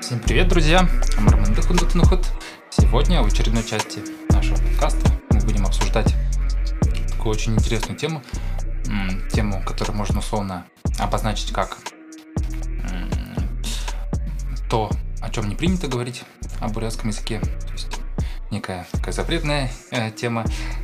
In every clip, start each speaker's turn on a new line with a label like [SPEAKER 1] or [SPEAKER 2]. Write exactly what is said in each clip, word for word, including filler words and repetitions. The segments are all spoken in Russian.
[SPEAKER 1] Всем привет, друзья! Сегодня в очередной части нашего подкаста мы будем обсуждать такую очень интересную тему, тему, которую можно условно обозначить как то, о чем не принято говорить о бурятском языке, то есть некая такая запретная э, тема.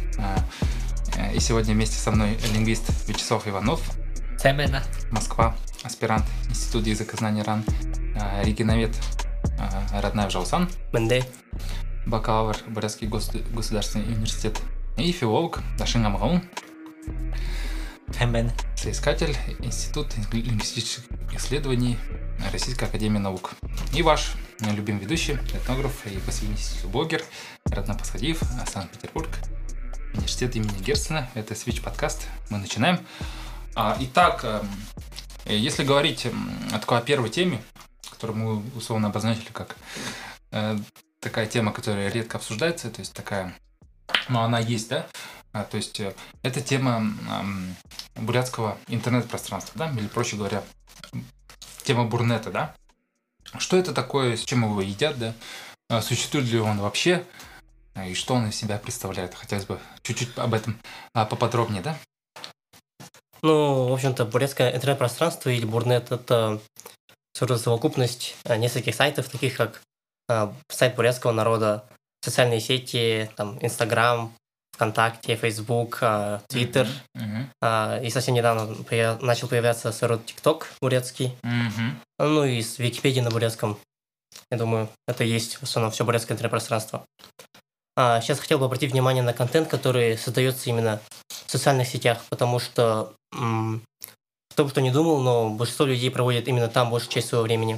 [SPEAKER 1] И сегодня вместе со мной лингвист Вячеслав Иванов,
[SPEAKER 2] Семена,
[SPEAKER 1] Москва, аспирант Института языкознания РАН, регионовед Раднаев Жаусан,
[SPEAKER 2] Менде,
[SPEAKER 1] бакалавр Бурятский государственный университет и филолог Дашин Амгаун,
[SPEAKER 2] Семен,
[SPEAKER 1] соискатель Института лингвистических исследований Российской академии наук. И ваш любимый ведущий, этнограф и посвященный блогер Радна Пасхадиев, Санкт-Петербург, университет имени Герцена. Это Switch подкаст. Мы начинаем. Итак, если говорить о такой первой теме, которую мы условно обозначили как э, такая тема, которая редко обсуждается, то есть такая, но она есть, да, а, то есть э, это тема э, бурятского интернет-пространства, да, или проще говоря, тема бурнета, да. Что это такое, с чем его едят, да, а, существует ли он вообще, и что он из себя представляет? Хотелось бы чуть-чуть об этом а, поподробнее, да?
[SPEAKER 2] Ну, в общем-то, бурятское интернет-пространство или бурнет – это совокупность нескольких сайтов, таких как э, сайт бурятского народа, социальные сети, там, Инстаграм, ВКонтакте, Фейсбук, э, Твиттер.
[SPEAKER 1] Mm-hmm.
[SPEAKER 2] Э, и совсем недавно появ... начал появляться сырот ТикТок бурятский.
[SPEAKER 1] Mm-hmm.
[SPEAKER 2] Ну и с Википедии на бурятском. Я думаю, это есть в основном все бурятское интернет-пространство. А сейчас хотел бы обратить внимание на контент, который создается именно в социальных сетях, потому что м- кто бы что ни думал, но большинство людей проводят именно там большую часть своего времени.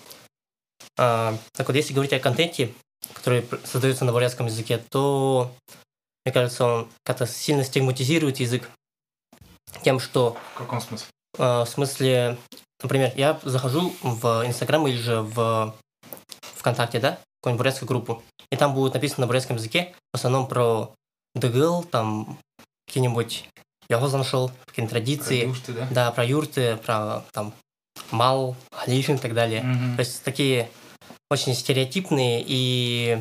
[SPEAKER 2] А, так вот, если говорить о контенте, который создается на бурятском языке, то, мне кажется, он как-то сильно стигматизирует язык тем, что...
[SPEAKER 1] В каком смысле?
[SPEAKER 2] А, в смысле, например, я захожу в Инстаграм или же в ВКонтакте, да, какую-нибудь бурятскую группу, и там будет написано на бурятском языке в основном про ДГЛ, там какие-нибудь... Я его нашел, какие-то традиции.
[SPEAKER 1] Про юрты, да?
[SPEAKER 2] Да, про юрты, про там мал, халишин и так далее.
[SPEAKER 1] Mm-hmm.
[SPEAKER 2] То есть такие очень стереотипные и,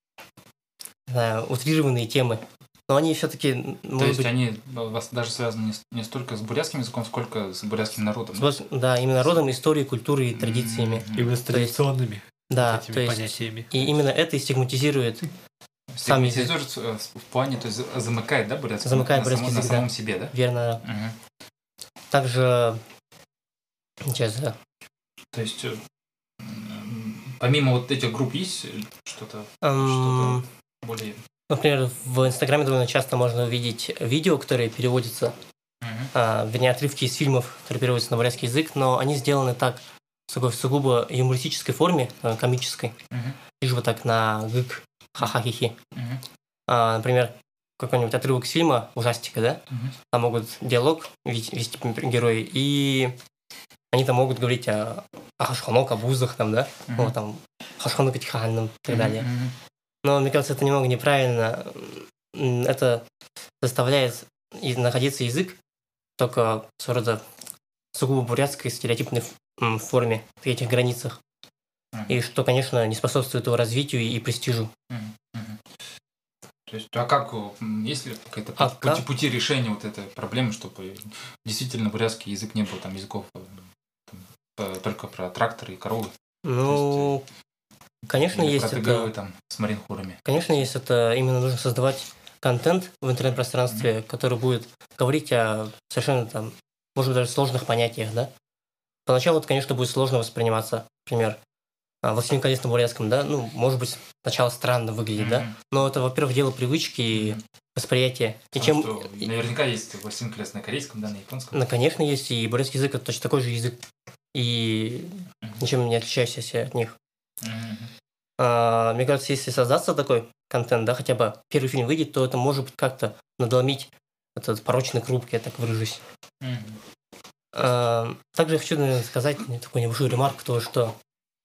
[SPEAKER 2] не знаю, утрированные темы. Но они все-таки...
[SPEAKER 1] То есть быть... они у вас даже связаны не столько с бурятским языком, сколько с бурятским народом.
[SPEAKER 2] С, да? да, именно народом, историей, культурой и традициями.
[SPEAKER 3] Mm-hmm. Именно с традиционными
[SPEAKER 2] есть, да,
[SPEAKER 3] этими
[SPEAKER 2] то есть,
[SPEAKER 3] понятиями.
[SPEAKER 2] И именно это и стигматизирует сам язык.
[SPEAKER 1] В плане, то есть замыкает, да, бурятский?
[SPEAKER 2] Замыкает
[SPEAKER 1] на,
[SPEAKER 2] бурятский
[SPEAKER 1] само,
[SPEAKER 2] язык,
[SPEAKER 1] на самом
[SPEAKER 2] да.
[SPEAKER 1] себе, да?
[SPEAKER 2] Верно.
[SPEAKER 1] Угу.
[SPEAKER 2] Также... Сейчас, да.
[SPEAKER 1] То есть, помимо вот этих групп есть что-то,
[SPEAKER 2] Um,
[SPEAKER 1] что-то более...
[SPEAKER 2] Например, в Инстаграме довольно часто можно увидеть видео, которые переводятся,
[SPEAKER 1] uh-huh.
[SPEAKER 2] а, вернее, отрывки из фильмов, которые переводятся на бурятский язык, но они сделаны так, в сугубо юмористической форме, комической,
[SPEAKER 1] uh-huh.
[SPEAKER 2] лишь бы так на гык, ха-ха-хи-хи.
[SPEAKER 1] Uh-huh.
[SPEAKER 2] А, например, какой-нибудь отрывок из фильма, ужастика, да?
[SPEAKER 1] Uh-huh.
[SPEAKER 2] Там могут диалог вести герои, и они там могут говорить о, о хашхонок, о бузах, там, да? Uh-huh. Вот там, хашхонок и так далее.
[SPEAKER 1] Uh-huh.
[SPEAKER 2] Но, мне кажется, это немного неправильно. Это заставляет находиться язык только в рода сугубо бурятской стереотипной форме, в этих границах. Uh-huh. И что, конечно, не способствует его развитию и престижу.
[SPEAKER 1] Uh-huh. Uh-huh. То есть, а как, есть ли какие-то
[SPEAKER 2] а
[SPEAKER 1] пути,
[SPEAKER 2] как?
[SPEAKER 1] пути решения вот этой проблемы, чтобы действительно бурятский язык не был там языков там, только про тракторы и коровы?
[SPEAKER 2] Ну...
[SPEAKER 1] есть,
[SPEAKER 2] Конечно,
[SPEAKER 1] или
[SPEAKER 2] есть это...
[SPEAKER 1] Там, с маринхурами.
[SPEAKER 2] Конечно, есть это. Именно нужно создавать контент в интернет-пространстве, mm-hmm. который будет говорить о совершенно там, может быть, даже сложных понятиях, да. Поначалу это, конечно, будет сложно восприниматься. Например, «Властелин колец» на бурятском, да, ну, может быть, сначала странно выглядит, mm-hmm. да, но это, во-первых, дело привычки и mm-hmm. восприятия. И чем...
[SPEAKER 1] что наверняка есть «Властелин колец» на корейском, да, на японском.
[SPEAKER 2] Ну, конечно, есть, и бурятский язык – это точно такой же язык, и mm-hmm. ничем не отличающийся от них.
[SPEAKER 1] Mm-hmm.
[SPEAKER 2] А, мне кажется, если создаться такой контент, да, хотя бы первый фильм выйдет, то это может быть как-то надломить этот порочный круг, я так выражусь.
[SPEAKER 1] Mm-hmm.
[SPEAKER 2] А, также я хочу, наверное, сказать такую небольшую ремарку, то, что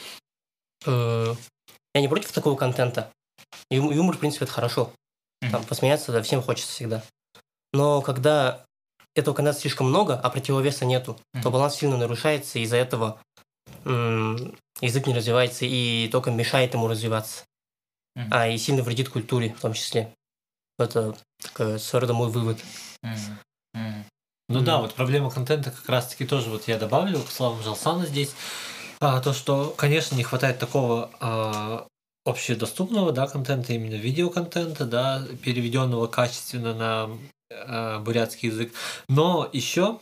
[SPEAKER 2] э, я не против такого контента. Ю- юмор, в принципе, это хорошо. Mm-hmm. Там, посмеяться, да, всем хочется всегда. Но когда этого контента слишком много, а противовеса нету, mm-hmm. то баланс сильно нарушается, и из-за этого м, язык не развивается и только мешает ему развиваться,
[SPEAKER 1] Мгм.
[SPEAKER 2] а и сильно вредит культуре в том числе. Это такой своего рода мой вывод.
[SPEAKER 1] Мгм. Мгм.
[SPEAKER 3] Ну да,
[SPEAKER 2] Мгм.
[SPEAKER 3] вот проблема контента как раз-таки тоже вот я добавлю к словам Жалсана здесь. А, то, что, конечно, не хватает такого а, общедоступного, да, контента, именно видеоконтента, да, переведенного качественно на а, бурятский язык. Но еще,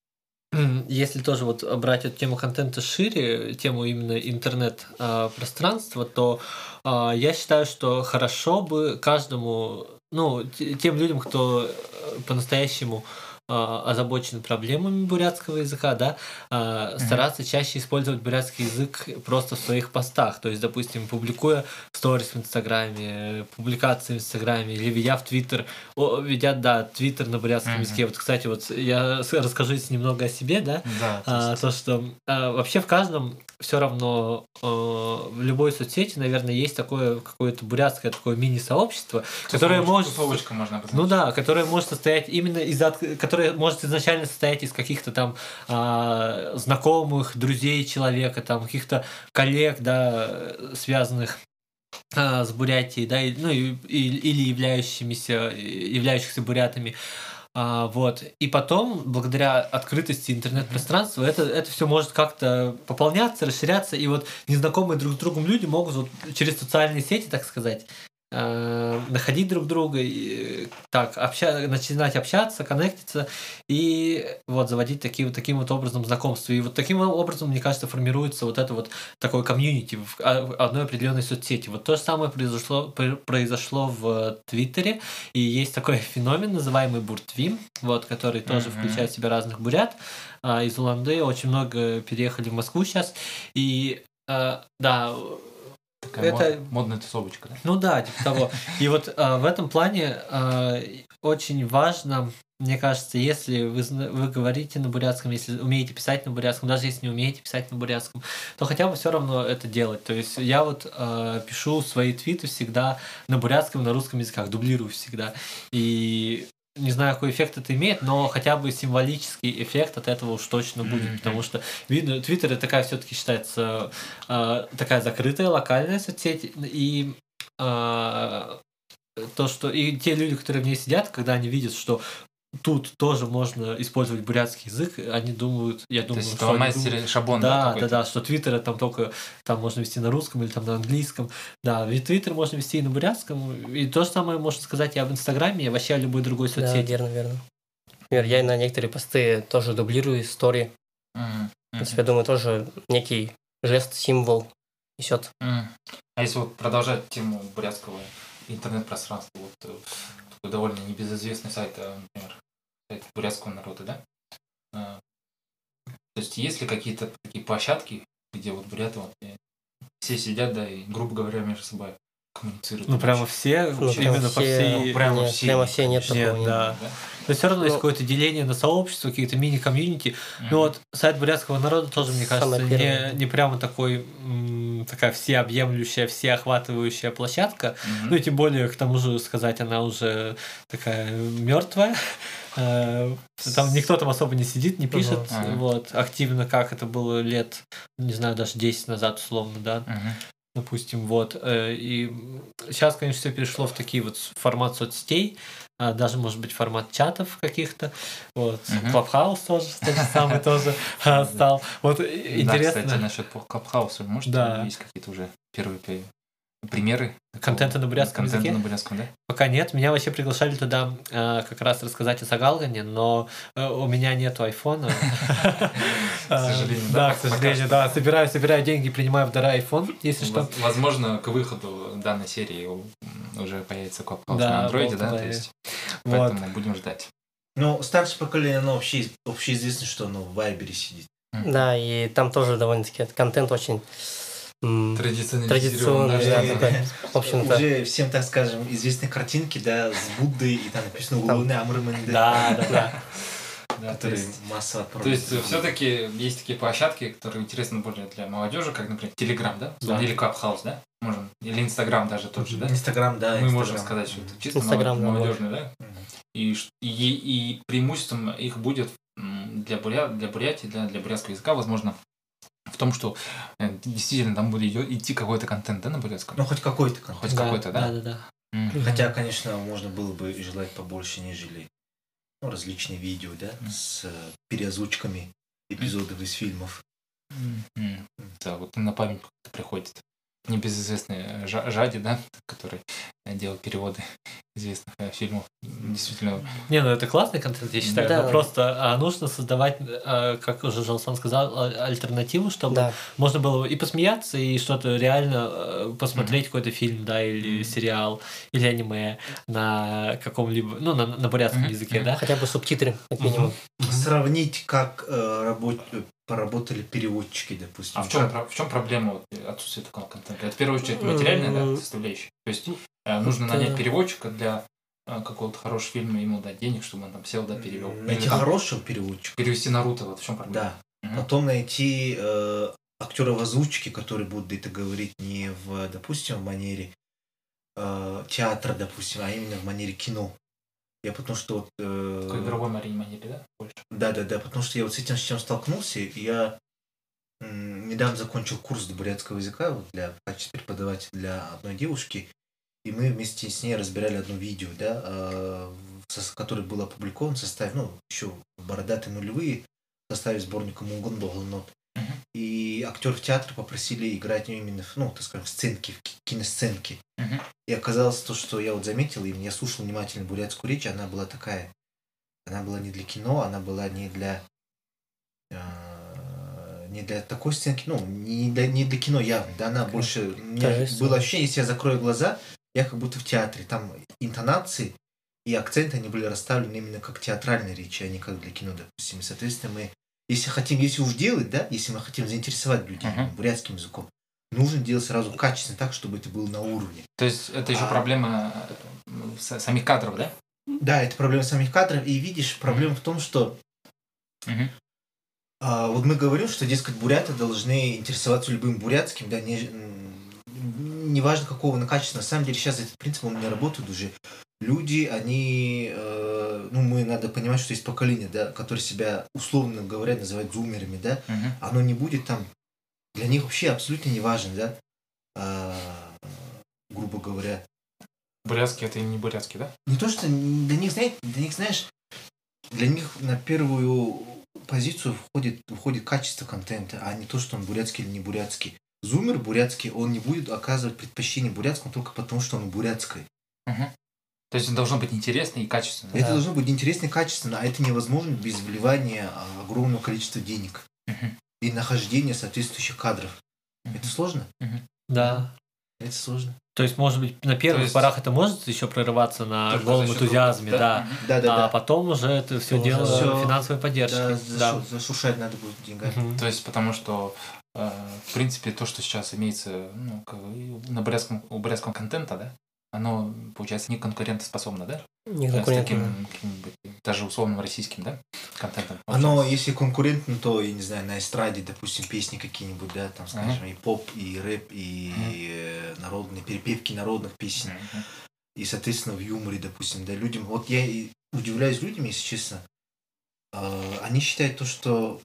[SPEAKER 3] если тоже вот брать эту тему контента шире, тему именно интернет-пространства, то а, я считаю, что хорошо бы каждому, ну, те- тем людям, кто э, по-настоящему а, озабочен проблемами бурятского языка, да, а,
[SPEAKER 1] Мгм.
[SPEAKER 3] стараться чаще использовать бурятский язык просто в своих постах. То есть, допустим, публикуя сторис в Инстаграме, публикации в Инстаграме, или ведя в Твиттер, о, ведя, да, Твиттер на бурятском
[SPEAKER 1] Мгм.
[SPEAKER 3] языке. Вот, кстати, вот я с- расскажу здесь немного о себе, да,
[SPEAKER 1] Да, то
[SPEAKER 3] а,
[SPEAKER 1] есть-
[SPEAKER 3] то, что а, вообще в каждом все равно э, в любой соцсети, наверное, есть такое какое-то бурятское такое мини-сообщество, которое
[SPEAKER 1] Тусовочка-
[SPEAKER 3] может...
[SPEAKER 1] тусовочка можно обозначить.
[SPEAKER 3] Ну да, которое может состоять именно из... от- которое может изначально состоять из каких-то там а, знакомых, друзей человека, там каких-то коллег, да, связанных а, с Бурятией, да, и- ну и- и- или являющимися, являющихся бурятами. А, вот. И потом, благодаря открытости интернет-пространства, это, это все может как-то пополняться, расширяться, и вот незнакомые друг с другом люди могут вот через социальные сети, так сказать, э, находить друг друга, и, так, обща- начинать общаться, коннектиться, и вот заводить таким, таким вот образом знакомства. И вот таким образом, мне кажется, формируется вот это вот такое комьюнити в а- в одной определенной соцсети. Вот то же самое произошло, пр- произошло в Твиттере, и есть такой феномен, называемый буртвим, вот, который тоже
[SPEAKER 1] Мгм.
[SPEAKER 3] включает в себя разных бурят а, из Уланды. Очень много переехали в Москву сейчас. И а, да,
[SPEAKER 1] Такая
[SPEAKER 3] это-
[SPEAKER 1] мод- модная тусовочка, да?
[SPEAKER 3] ну да, типа того. И вот а, в этом плане а, очень важно, мне кажется, если вы, зна- вы говорите на бурятском, если умеете писать на бурятском, даже если не умеете писать на бурятском, то хотя бы все равно это делать. То есть я вот а, пишу свои твиты всегда на бурятском, на русском языках, дублирую всегда. И не знаю, какой эффект это имеет, но хотя бы символический эффект от этого уж точно будет,
[SPEAKER 1] Мгм.
[SPEAKER 3] потому что видно, Твиттер это такая все-таки считается а, такая закрытая локальная соцсеть, и а, то, что и те люди, которые в ней сидят, когда они видят, что тут тоже можно использовать бурятский язык, они думают, я
[SPEAKER 1] То
[SPEAKER 3] думаю,
[SPEAKER 1] есть
[SPEAKER 3] что
[SPEAKER 1] это
[SPEAKER 3] они
[SPEAKER 1] ломается
[SPEAKER 3] думают,
[SPEAKER 1] шаблон, да,
[SPEAKER 3] да, да,
[SPEAKER 1] какой-то?
[SPEAKER 3] да, что Твиттер это там только там можно вести на русском или там на английском. Да, и Твиттер можно вести и на бурятском. И то же самое можно сказать и об Инстаграме, и вообще о любой другой
[SPEAKER 2] Да,
[SPEAKER 3] соцсети.
[SPEAKER 2] верно, верно. Например, я на некоторые посты тоже дублирую истории.
[SPEAKER 1] Мгм.
[SPEAKER 2] В принципе,
[SPEAKER 1] Мгм.
[SPEAKER 2] я думаю, тоже некий жест, символ несет.
[SPEAKER 1] Мгм. А если вот продолжать тему бурятского интернет-пространства, вот э, такой довольно небезызвестный сайт, э, например, сайт бурятского народа, да? А, То есть есть ли какие-то такие площадки, где вот буряты вот, э, все сидят, да, и, грубо говоря, между собой коммуницируют?
[SPEAKER 3] Ну, прямо
[SPEAKER 1] вообще?
[SPEAKER 3] все,
[SPEAKER 2] Ну,
[SPEAKER 3] именно
[SPEAKER 2] прямо
[SPEAKER 3] по
[SPEAKER 2] все-
[SPEAKER 3] всей...
[SPEAKER 1] Ну, прямо
[SPEAKER 2] нет,
[SPEAKER 1] все.
[SPEAKER 2] прямо все нет
[SPEAKER 1] конечно.
[SPEAKER 3] такого,
[SPEAKER 1] Нет,
[SPEAKER 3] да.
[SPEAKER 1] да?
[SPEAKER 3] То есть все равно есть
[SPEAKER 2] Ну,
[SPEAKER 3] какое-то деление на сообщества, какие-то мини-комьюнити.
[SPEAKER 1] Мгм.
[SPEAKER 3] Ну вот сайт бурятского народа тоже, мне кажется,
[SPEAKER 2] Самое
[SPEAKER 3] не,
[SPEAKER 2] первое.
[SPEAKER 3] не прямо такой м, такая всеобъемлющая, всеохватывающая площадка.
[SPEAKER 1] Мгм.
[SPEAKER 3] Ну и тем более, к тому же сказать, она уже такая мертвая. Там никто там особо не сидит, не пишет
[SPEAKER 1] Ага.
[SPEAKER 3] вот активно, как это было лет, не знаю, даже десять назад условно, да.
[SPEAKER 1] Мгм.
[SPEAKER 3] Допустим, вот. э, И сейчас, конечно, все перешло в такие вот формат соцсетей, а, даже, может быть, формат чатов каких-то. Вот.
[SPEAKER 1] Мгм.
[SPEAKER 3] Клабхаус тоже, тот же самый тоже а, стал. Вот э,
[SPEAKER 1] Да,
[SPEAKER 3] интересно.
[SPEAKER 1] кстати, насчет Клабхауса, может,
[SPEAKER 3] Да.
[SPEAKER 1] есть какие-то уже первые пи- примеры?
[SPEAKER 3] Контента на бурятском
[SPEAKER 1] Контента
[SPEAKER 3] языке?
[SPEAKER 1] на бурятском, да?
[SPEAKER 3] Пока нет. Меня вообще приглашали туда а, как раз рассказать о Сагалгане, но э, у меня нету айфона.
[SPEAKER 1] К сожалению, да,
[SPEAKER 3] Да,
[SPEAKER 1] пока-
[SPEAKER 3] к сожалению, да. Собираю, собираю деньги, принимаю в дар айфон, если что.
[SPEAKER 1] Воз- Возможно, к выходу данной серии м, уже появится Клабхаус
[SPEAKER 3] Да,
[SPEAKER 1] на андроиде,
[SPEAKER 3] вот,
[SPEAKER 1] да?
[SPEAKER 3] да,
[SPEAKER 1] То
[SPEAKER 3] и-
[SPEAKER 1] есть,
[SPEAKER 3] Вот.
[SPEAKER 1] поэтому будем ждать.
[SPEAKER 4] Ну, старшее поколение, оно вообще общеизвестно, что оно в Вайбере сидит.
[SPEAKER 2] Да, и там тоже довольно-таки контент очень м,
[SPEAKER 1] Традиционный.
[SPEAKER 2] традиционный,
[SPEAKER 4] да,
[SPEAKER 2] да,
[SPEAKER 4] да.
[SPEAKER 2] такой. В общем-то,
[SPEAKER 4] Уже всем, так скажем, известны картинки, да, с Буддой, и там написано
[SPEAKER 2] Там-
[SPEAKER 4] «Улуны Амрмэнде»,
[SPEAKER 3] Да, да, да.
[SPEAKER 1] Да, то
[SPEAKER 4] которые
[SPEAKER 1] есть,
[SPEAKER 4] массово
[SPEAKER 1] то есть все-таки есть такие площадки, которые интересны более для молодежи, как, например, Телеграм, да?
[SPEAKER 3] Да.
[SPEAKER 1] Или Клабхаус, да? Можем. Или Инстаграм даже тот же, да?
[SPEAKER 4] Инстаграм, да,
[SPEAKER 1] Мы можем
[SPEAKER 4] Инстаграм.
[SPEAKER 1] сказать, что это чисто
[SPEAKER 2] Инстаграм, да,
[SPEAKER 1] молодежный, да?
[SPEAKER 4] Мгм.
[SPEAKER 1] И, ш- и, и преимуществом их будет м, для, буря, для Бурятии, для, для бурятского языка, возможно, в том, что э, действительно там будет идё- идти какой-то контент, да, на бурятском?
[SPEAKER 4] Ну, хоть какой-то контент.
[SPEAKER 1] Хоть какой-то, да?
[SPEAKER 3] Да, да, да.
[SPEAKER 1] М.
[SPEAKER 4] Хотя, конечно, можно было бы и желать побольше, нежели ну, различные видео, да, с э, переозвучками эпизодов из фильмов.
[SPEAKER 1] М. Да, вот на память как-то приходит. Небезызвестный э, Жа- Жади, да, который э, делал переводы известных э, фильмов. Действительно,
[SPEAKER 3] Не, ну это классный контент, я считаю.
[SPEAKER 2] Да.
[SPEAKER 3] Но просто а, нужно создавать, а, как уже Жалсан сказал, а- альтернативу, чтобы
[SPEAKER 2] Да.
[SPEAKER 3] можно было и посмеяться, и что-то реально э, посмотреть какой-то фильм, да, или сериал, или аниме на каком-либо, ну, на, на бурятском
[SPEAKER 1] Мгм.
[SPEAKER 3] языке,
[SPEAKER 1] Мгм.
[SPEAKER 3] да.
[SPEAKER 2] Хотя бы субтитры, как минимум.
[SPEAKER 4] Сравнить, как э, работ- э, поработали переводчики, допустим.
[SPEAKER 1] а в чем,
[SPEAKER 4] Как-
[SPEAKER 1] про- в чем проблема вот, отсутствия такого контента? Это в первую очередь материальная, да,
[SPEAKER 2] М.
[SPEAKER 1] составляющая. То есть э, нужно
[SPEAKER 2] Это-
[SPEAKER 1] нанять переводчика для э, какого-то хорошего фильма, ему дать денег, чтобы он там сел, да, перевел.
[SPEAKER 4] Найти
[SPEAKER 1] там
[SPEAKER 4] хорошего переводчика.
[SPEAKER 1] перевести Наруто, вот в чем проблема?
[SPEAKER 4] Да.
[SPEAKER 1] Мгм.
[SPEAKER 4] Потом найти э, актера в озвучке, который будет это говорить не в, допустим, в манере э, театра, допустим, а именно в манере кино. Я потому что вот... э,
[SPEAKER 1] Какой игровой Марине манере, да? Больше.
[SPEAKER 4] Да, да, да, потому что я вот с этим с чем столкнулся, и я м, недавно закончил курс бурятского языка вот для в качестве преподавателя для одной девушки, и мы вместе с ней разбирали одно видео, да, э, в сос- которое было опубликовано в составе, ну, еще в бородатые нулевые, в составе сборника Мунгун Доглнот.
[SPEAKER 1] Мгм.
[SPEAKER 4] И актеров театра попросили играть именно, в, ну, так скажем, сценки, в ки- киносценки.
[SPEAKER 1] Мгм.
[SPEAKER 4] И оказалось то, что я вот заметил, и я слушал внимательно бурятскую речь, она была такая, она была не для кино, она была не для э, не для такой сценки, ну, не для, не для кино явно, да, она больше, у меня
[SPEAKER 2] Торжественно.
[SPEAKER 4] было ощущение, если я закрою глаза, я как будто в театре, там интонации и акценты, они были расставлены именно как театральные речи, а не как для кино, допустим, и, соответственно, мы, если хотим, если уж делать, да, если мы хотим заинтересовать людей
[SPEAKER 1] Мгм.
[SPEAKER 4] бурятским языком, нужно делать сразу качественно так, чтобы это было на уровне.
[SPEAKER 1] То есть это еще
[SPEAKER 4] А-
[SPEAKER 1] проблема э, с- самих кадров, да?
[SPEAKER 4] Да, это проблема самих кадров, и видишь, проблема в том, что
[SPEAKER 1] Мгм.
[SPEAKER 4] А, вот мы говорим, что, дескать, буряты должны интересоваться любым бурятским, да, не, м, неважно какого на качества. На самом деле сейчас этот принцип, он не работает уже. Люди, они, э, ну, мы надо понимать, что есть поколение, да, которое себя, условно говоря, называют зумерами, да,
[SPEAKER 1] Мгм.
[SPEAKER 4] оно не будет там, для них вообще абсолютно не важно, да, а, грубо говоря.
[SPEAKER 1] Бурятский это и не бурятский, да?
[SPEAKER 4] Не то, что для них, знаете, для них, знаешь, для них на первую позицию входит, входит качество контента, а не то, что он бурятский или не бурятский. Зумер бурятский, он не будет оказывать предпочтение бурятскому только потому, что он бурятский.
[SPEAKER 1] Мгм. То есть это должно быть интересно и качественно.
[SPEAKER 4] Это
[SPEAKER 2] Да.
[SPEAKER 4] должно быть интересно и качественно, а это невозможно без вливания а, огромного количества денег
[SPEAKER 1] Мгм.
[SPEAKER 4] и нахождения соответствующих кадров.
[SPEAKER 1] Мгм.
[SPEAKER 4] Это сложно?
[SPEAKER 3] Да.
[SPEAKER 4] Это сложно.
[SPEAKER 3] То есть, может быть, на первых
[SPEAKER 1] есть-
[SPEAKER 3] порах это может еще прорываться на
[SPEAKER 1] Только
[SPEAKER 3] голом
[SPEAKER 1] за счет
[SPEAKER 3] энтузиазме,
[SPEAKER 1] рук,
[SPEAKER 3] да.
[SPEAKER 1] Мгм.
[SPEAKER 4] Да, да,
[SPEAKER 3] А
[SPEAKER 4] да.
[SPEAKER 3] потом уже это все
[SPEAKER 4] Уже
[SPEAKER 3] дело
[SPEAKER 4] всё-
[SPEAKER 3] финансовой поддержки.
[SPEAKER 4] Да,
[SPEAKER 3] Да.
[SPEAKER 4] зашу- зашушать надо будет деньгами.
[SPEAKER 3] Мгм.
[SPEAKER 1] То есть потому что э, в принципе то, что сейчас имеется ну, как бы и на бурятском, у бурятского контента, да, оно получается не конкурентоспособно, да?
[SPEAKER 2] Не
[SPEAKER 1] Э, С
[SPEAKER 2] конкурентно.
[SPEAKER 1] таким каким-нибудь даже условным российским, да, контентом.
[SPEAKER 4] Оно,
[SPEAKER 1] общаться.
[SPEAKER 4] если конкурентно, то, я не знаю, на эстраде, допустим, песни какие-нибудь, да, там, скажем, и поп, и рэп, и э, народные перепевки народных песен.
[SPEAKER 1] Мгм.
[SPEAKER 4] И, соответственно, в юморе, допустим, да, людям... Вот я и удивляюсь людям, если честно. Э, они считают то, что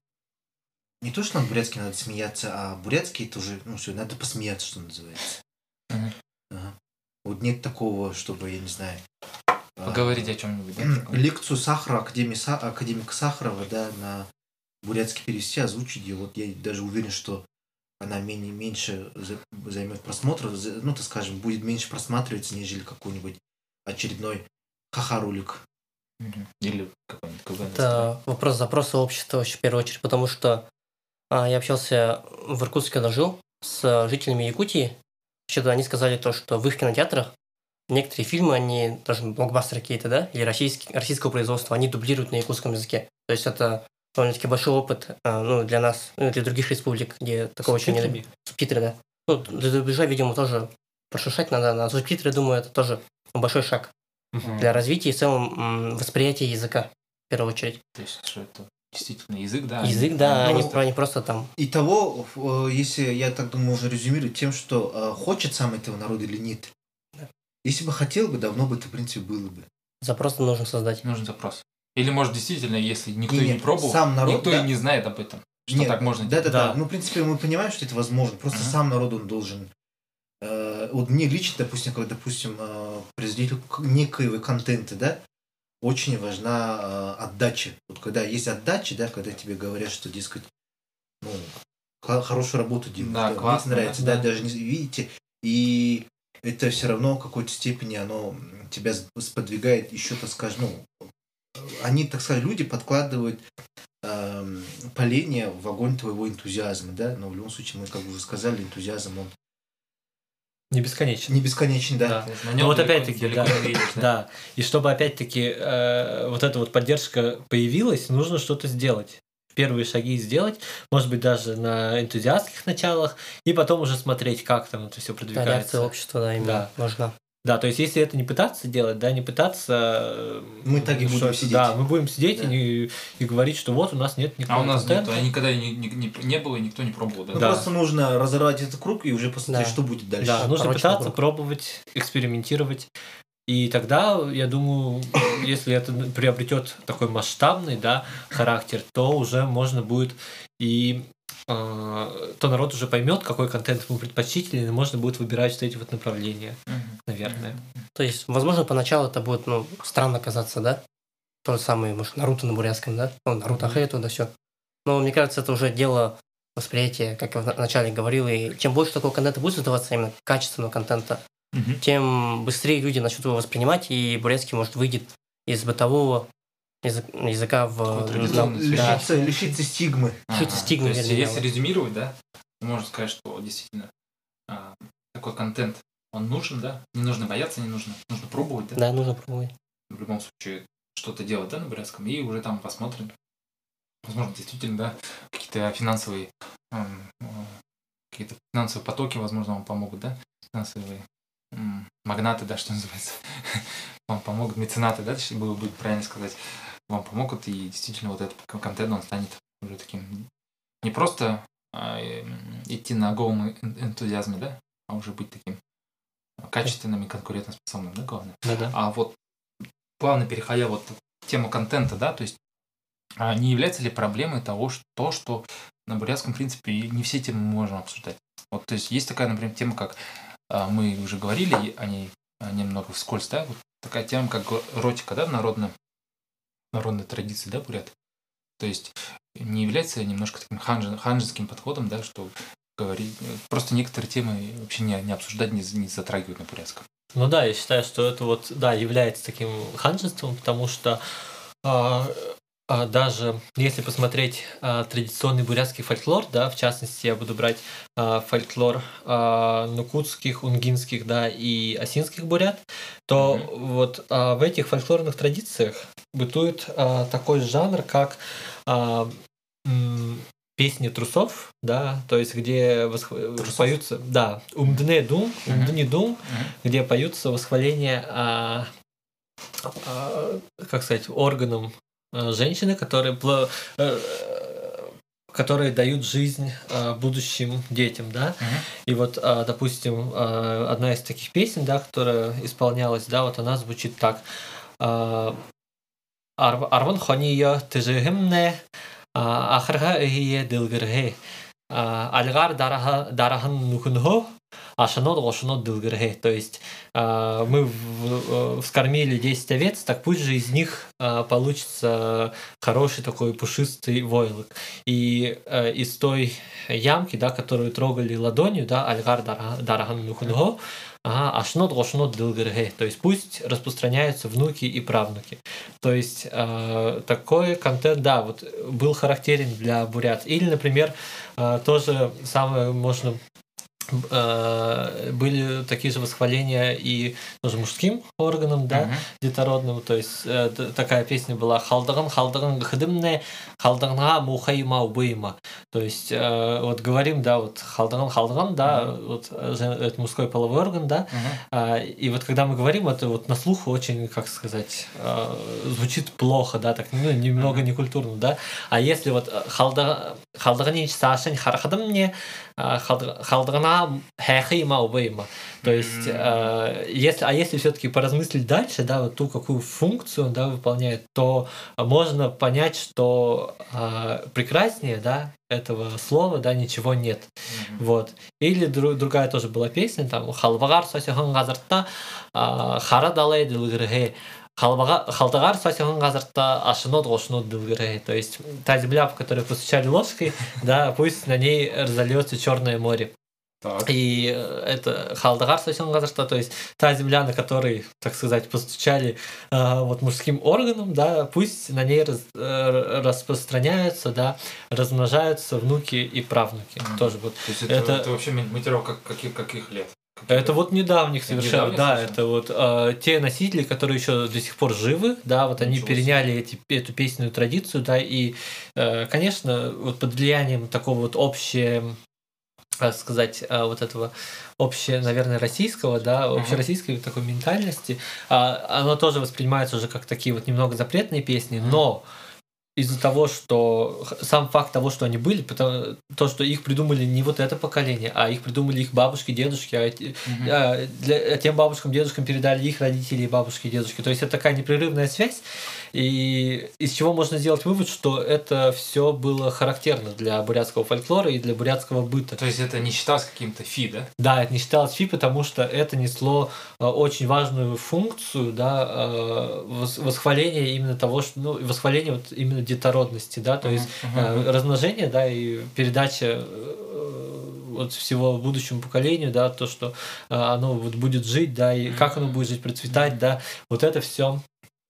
[SPEAKER 4] не то, что над бурятским надо смеяться, а бурятский это уже, ну, все, надо посмеяться, что называется.
[SPEAKER 1] Мгм.
[SPEAKER 4] Ага. Вот нет такого, чтобы, я не знаю... э,
[SPEAKER 1] Поговорить о чем-нибудь, да? таком?
[SPEAKER 4] лекцию Сахара, академии, Са- академика Сахарова, да, на бурятский перевести, озвучить ее. Вот я даже уверен, что она менее, меньше за- займет просмотров, за- ну, так скажем, будет меньше просматриваться, нежели какой-нибудь очередной ха-ха-ролик.
[SPEAKER 1] Мгм. Или какой-нибудь КВН.
[SPEAKER 2] Это вопрос запроса общества в первую очередь, потому что а, я общался в Иркутске, когда жил, с жителями Якутии. Что-то они сказали то, что в их кинотеатрах некоторые фильмы, они даже блокбастеры какие-то, да, или российские, российского производства, они дублируют на якутском языке. То есть это довольно-таки большой опыт а, ну, для нас, ну, и для других республик, где такого еще не
[SPEAKER 3] Субтитрами?
[SPEAKER 2] Субтитры, да. Ну, для дубляжа, видимо, тоже прошуршать надо, на субтитры, думаю, это тоже большой шаг
[SPEAKER 3] Мгм.
[SPEAKER 2] для развития и в целом м, восприятия языка, в первую очередь.
[SPEAKER 1] То есть, что это действительно язык, да?
[SPEAKER 2] Язык,
[SPEAKER 1] а
[SPEAKER 2] да,
[SPEAKER 1] не
[SPEAKER 2] они,
[SPEAKER 1] просто-
[SPEAKER 2] они просто там.
[SPEAKER 4] Итого, э, если, я так думаю, можно резюмировать тем, что э, хочет сам этого народа или нет. Если бы хотел бы, давно бы это, в принципе, было бы.
[SPEAKER 2] Запрос нужно создать.
[SPEAKER 1] Нужен запрос. Или, может, действительно, если никто
[SPEAKER 4] Не,
[SPEAKER 1] и не
[SPEAKER 4] не,
[SPEAKER 1] пробовал,
[SPEAKER 4] сам народ,
[SPEAKER 1] никто
[SPEAKER 4] да.
[SPEAKER 1] и не знает об этом. Что
[SPEAKER 4] Нет,
[SPEAKER 1] так можно
[SPEAKER 4] Да, да, да.
[SPEAKER 3] Да.
[SPEAKER 4] Ну, в принципе, мы понимаем, что это возможно. Просто
[SPEAKER 1] Ага.
[SPEAKER 4] сам народ, он должен... э, вот мне лично, допустим, как, допустим, э, производителю к- некоего контента, да, очень важна э, отдача. Вот когда есть отдача, да, когда тебе говорят, что, дескать, ну, хо- хорошую работу делаешь,
[SPEAKER 1] Да,
[SPEAKER 4] мне
[SPEAKER 1] классно,
[SPEAKER 4] нравится,
[SPEAKER 1] да,
[SPEAKER 4] да,
[SPEAKER 1] да.
[SPEAKER 4] даже не видите, и это все равно в какой-то степени оно тебя с- сподвигает еще, так скажем, ну, они, так сказать, люди подкладывают эм, поленья в огонь твоего энтузиазма, да, но в любом случае, мы, как уже сказали, энтузиазм, он
[SPEAKER 3] Не бесконечно.
[SPEAKER 4] не бесконечен, да.
[SPEAKER 3] Да.
[SPEAKER 1] То есть на
[SPEAKER 3] Ну
[SPEAKER 1] нем
[SPEAKER 3] вот
[SPEAKER 1] далеко-
[SPEAKER 3] опять-таки,
[SPEAKER 1] далеко
[SPEAKER 3] да,
[SPEAKER 1] не уедешь, да?
[SPEAKER 3] да. И чтобы опять-таки э, вот эта вот поддержка появилась, нужно что-то сделать. Первые шаги сделать, может быть, даже на энтузиастских началах, и потом уже смотреть, как там это все
[SPEAKER 2] Да,
[SPEAKER 3] продвигается.
[SPEAKER 2] реакция общества, да, именно
[SPEAKER 3] Да.
[SPEAKER 2] важна.
[SPEAKER 3] Да, то есть если это не пытаться делать, да, не пытаться... э,
[SPEAKER 4] Мы так и
[SPEAKER 3] что
[SPEAKER 4] будем
[SPEAKER 3] это-
[SPEAKER 4] сидеть.
[SPEAKER 3] Да, мы будем сидеть
[SPEAKER 4] Да.
[SPEAKER 3] и, не- и говорить, что вот у нас нет
[SPEAKER 1] А
[SPEAKER 3] никакого
[SPEAKER 1] у нас
[SPEAKER 3] контента.
[SPEAKER 1] нет, а никогда не, не, не, не было и никто не пробовал, да?
[SPEAKER 4] Ну,
[SPEAKER 3] Да.
[SPEAKER 4] просто нужно разорвать этот круг и уже посмотреть,
[SPEAKER 2] Да.
[SPEAKER 4] что будет дальше.
[SPEAKER 3] Да, нужно
[SPEAKER 2] порочный
[SPEAKER 3] пытаться
[SPEAKER 2] круг.
[SPEAKER 3] пробовать, экспериментировать. И тогда, я думаю, если это приобретет такой масштабный, да, характер, то уже можно будет и э, то народ уже поймет, какой контент ему предпочтительный, и можно будет выбирать вот эти вот направления,
[SPEAKER 1] Мгм.
[SPEAKER 3] наверное.
[SPEAKER 2] То есть, возможно, поначалу это будет, ну, странно казаться, да? То же самое, может, Наруто на бурятском, да? Ну, Наруто
[SPEAKER 3] Мгм.
[SPEAKER 2] Хэйто, да все. Но мне кажется, это уже дело восприятия, как я вначале говорил, и чем больше такого контента будет создаваться, именно качественного контента,
[SPEAKER 1] Мгм.
[SPEAKER 2] тем быстрее люди начнут его воспринимать, и бурятский, может, выйдет из бытового язык- языка в...
[SPEAKER 1] Такой
[SPEAKER 2] на-
[SPEAKER 1] традиционный,
[SPEAKER 2] да,
[SPEAKER 4] Лишиться, лишиться стигмы.
[SPEAKER 2] Чуть-чуть
[SPEAKER 1] Ага.
[SPEAKER 2] стигмы,
[SPEAKER 1] То есть,
[SPEAKER 2] вернее,
[SPEAKER 1] если
[SPEAKER 2] вот.
[SPEAKER 1] резюмировать, да, можно сказать, что действительно а, такой контент, он нужен, да? Не нужно бояться, не нужно. Нужно пробовать, да?
[SPEAKER 2] Да, нужно пробовать.
[SPEAKER 1] В любом случае что-то делать, да, на бурятском, и уже там посмотрим. Возможно, действительно, да, какие-то финансовые эм, э, какие-то финансовые потоки, возможно, вам помогут, да, финансовые м, магнаты, да, что называется, вам помогут, меценаты, да, точнее, было бы правильно сказать, вам помогут, и действительно вот этот к- контент, он станет уже таким не просто а, э, м, идти на голом эн- энтузиазме, да, а уже быть таким качественным и конкурентоспособным, да, главное.
[SPEAKER 3] Да-да.
[SPEAKER 1] А вот плавно переходя вот в тему контента, да, то есть а не является ли проблемой того, что, то, что на бурятском, в принципе, и не все темы мы можем обсуждать. Вот, то есть есть такая, например, тема, как а, мы уже говорили о ней а, немного вскользь, да, вот такая тема, как ротика, да, народная, народная традиция, да, бурят. То есть не является немножко таким ханжи, ханжеским подходом, да, что говорить, просто некоторые темы вообще не, не обсуждать, не, не затрагивать на бурятском.
[SPEAKER 3] Ну да, я считаю, что это вот, да, является таким ханжеством, потому что а, а, даже если посмотреть а, традиционный бурятский фольклор, да, в частности, я буду брать а, фольклор а, нукутских, унгинских, да, и осинских бурят, то
[SPEAKER 1] Мгм.
[SPEAKER 3] вот а, в этих фольклорных традициях бытует а, такой жанр, как а, м, песни трусов, да, то есть где восхв-
[SPEAKER 1] Трусов?
[SPEAKER 3] поются, да, умдне дум,
[SPEAKER 1] Мгм.
[SPEAKER 3] умдни дум,
[SPEAKER 1] Мгм.
[SPEAKER 3] где поются восхваления, а, а, как сказать, органам а, женщины, которые, пло- э, которые дают жизнь а, будущим детям, да.
[SPEAKER 1] Мгм.
[SPEAKER 3] И вот, а, допустим, а, одна из таких песен, да, которая исполнялась, да, вот она звучит так. а, Ар- Арван хония тыжыгымне, ахырга ихие дылгырге. Альгар дараха- дарахан нухунхо, ашанот гошанот дылгырге. То есть а, мы в- в- вскормили десять овец, так пусть же из них а, получится хороший такой пушистый войлок. И а, из той ямки, да, которую трогали ладонью, да, альгар дара- дарахан нухунхо, ага, ашнот гошанот дылгырге. То есть пусть распространяются внуки и правнуки. То есть э, такой контент, да, вот был характерен для бурят. Или, например, э, тоже самое можно э, были такие же восхваления и тоже мужским органам, да,
[SPEAKER 1] Мгм.
[SPEAKER 3] детородным. То есть э, т- такая песня была «Халдаган, халдаган гхдымне, халдаганга мухайма убыйма». То есть э, вот говорим, да, вот «халдаган, халдаган», да, вот э, жен- это мужской половой орган, да,
[SPEAKER 1] Мгм.
[SPEAKER 3] а, и вот когда мы говорим, это вот на слух очень, как сказать, а, звучит плохо, да, так, ну, немного некультурно, да. А если вот халда халдаганич сашень харахадам мне халдагана хам хэхима увейма. То есть, э, если, а если все-таки поразмыслить дальше, да, вот ту, какую функцию он, да, выполняет, то можно понять, что э, прекраснее, да, этого слова, да, ничего нет. Mm-hmm. Вот. Или друг, другая тоже была песня, там, халвагар сосихан газарта, хара далай дилгирге. Халтагар сосихан газарта, ашинот гошнот дилгирге. То есть, та земля, в которой постучали ложкой, да, пусть на ней разольется Черное море.
[SPEAKER 1] Так.
[SPEAKER 3] И это Халдагар сосихан газарта, то есть та земля, на которой, так сказать, постучали э, вот мужским органом, да, пусть на ней раз, э, распространяются, да, размножаются внуки и правнуки. Mm-hmm. Тоже вот.
[SPEAKER 1] То есть это, это... это вообще материал как, каких, каких лет? Каких
[SPEAKER 3] это лет? Вот недавних совершенно, недавних да, совершенно? Это вот э, те носители, которые еще до сих пор живы, да, вот они Ничего переняли эти, эту песенную традицию, да, и, э, конечно, вот под влиянием такого вот общего, сказать, вот этого общее, наверное, российского, да, общероссийской uh-huh. такой ментальности, оно тоже воспринимается уже как такие вот немного запретные песни, uh-huh. но из-за того, что сам факт того, что они были, потому, то, что их придумали не вот это поколение, а их придумали их бабушки, дедушки, а, uh-huh. а для, тем бабушкам, дедушкам передали их родители, бабушки, дедушки. То есть это такая непрерывная связь, и из чего можно сделать вывод, что это все было характерно для бурятского фольклора и для бурятского быта.
[SPEAKER 1] То есть это не считалось каким-то фи, да?
[SPEAKER 3] Да, это не считалось фи, потому что это несло очень важную функцию, да, восхваления именно того, что, ну, восхваления вот именно детородности, да, то есть uh-huh. размножение, да, и передача вот всего будущему поколению, да, то, что оно вот будет жить, да, и как оно будет жить, процветать, да, вот это все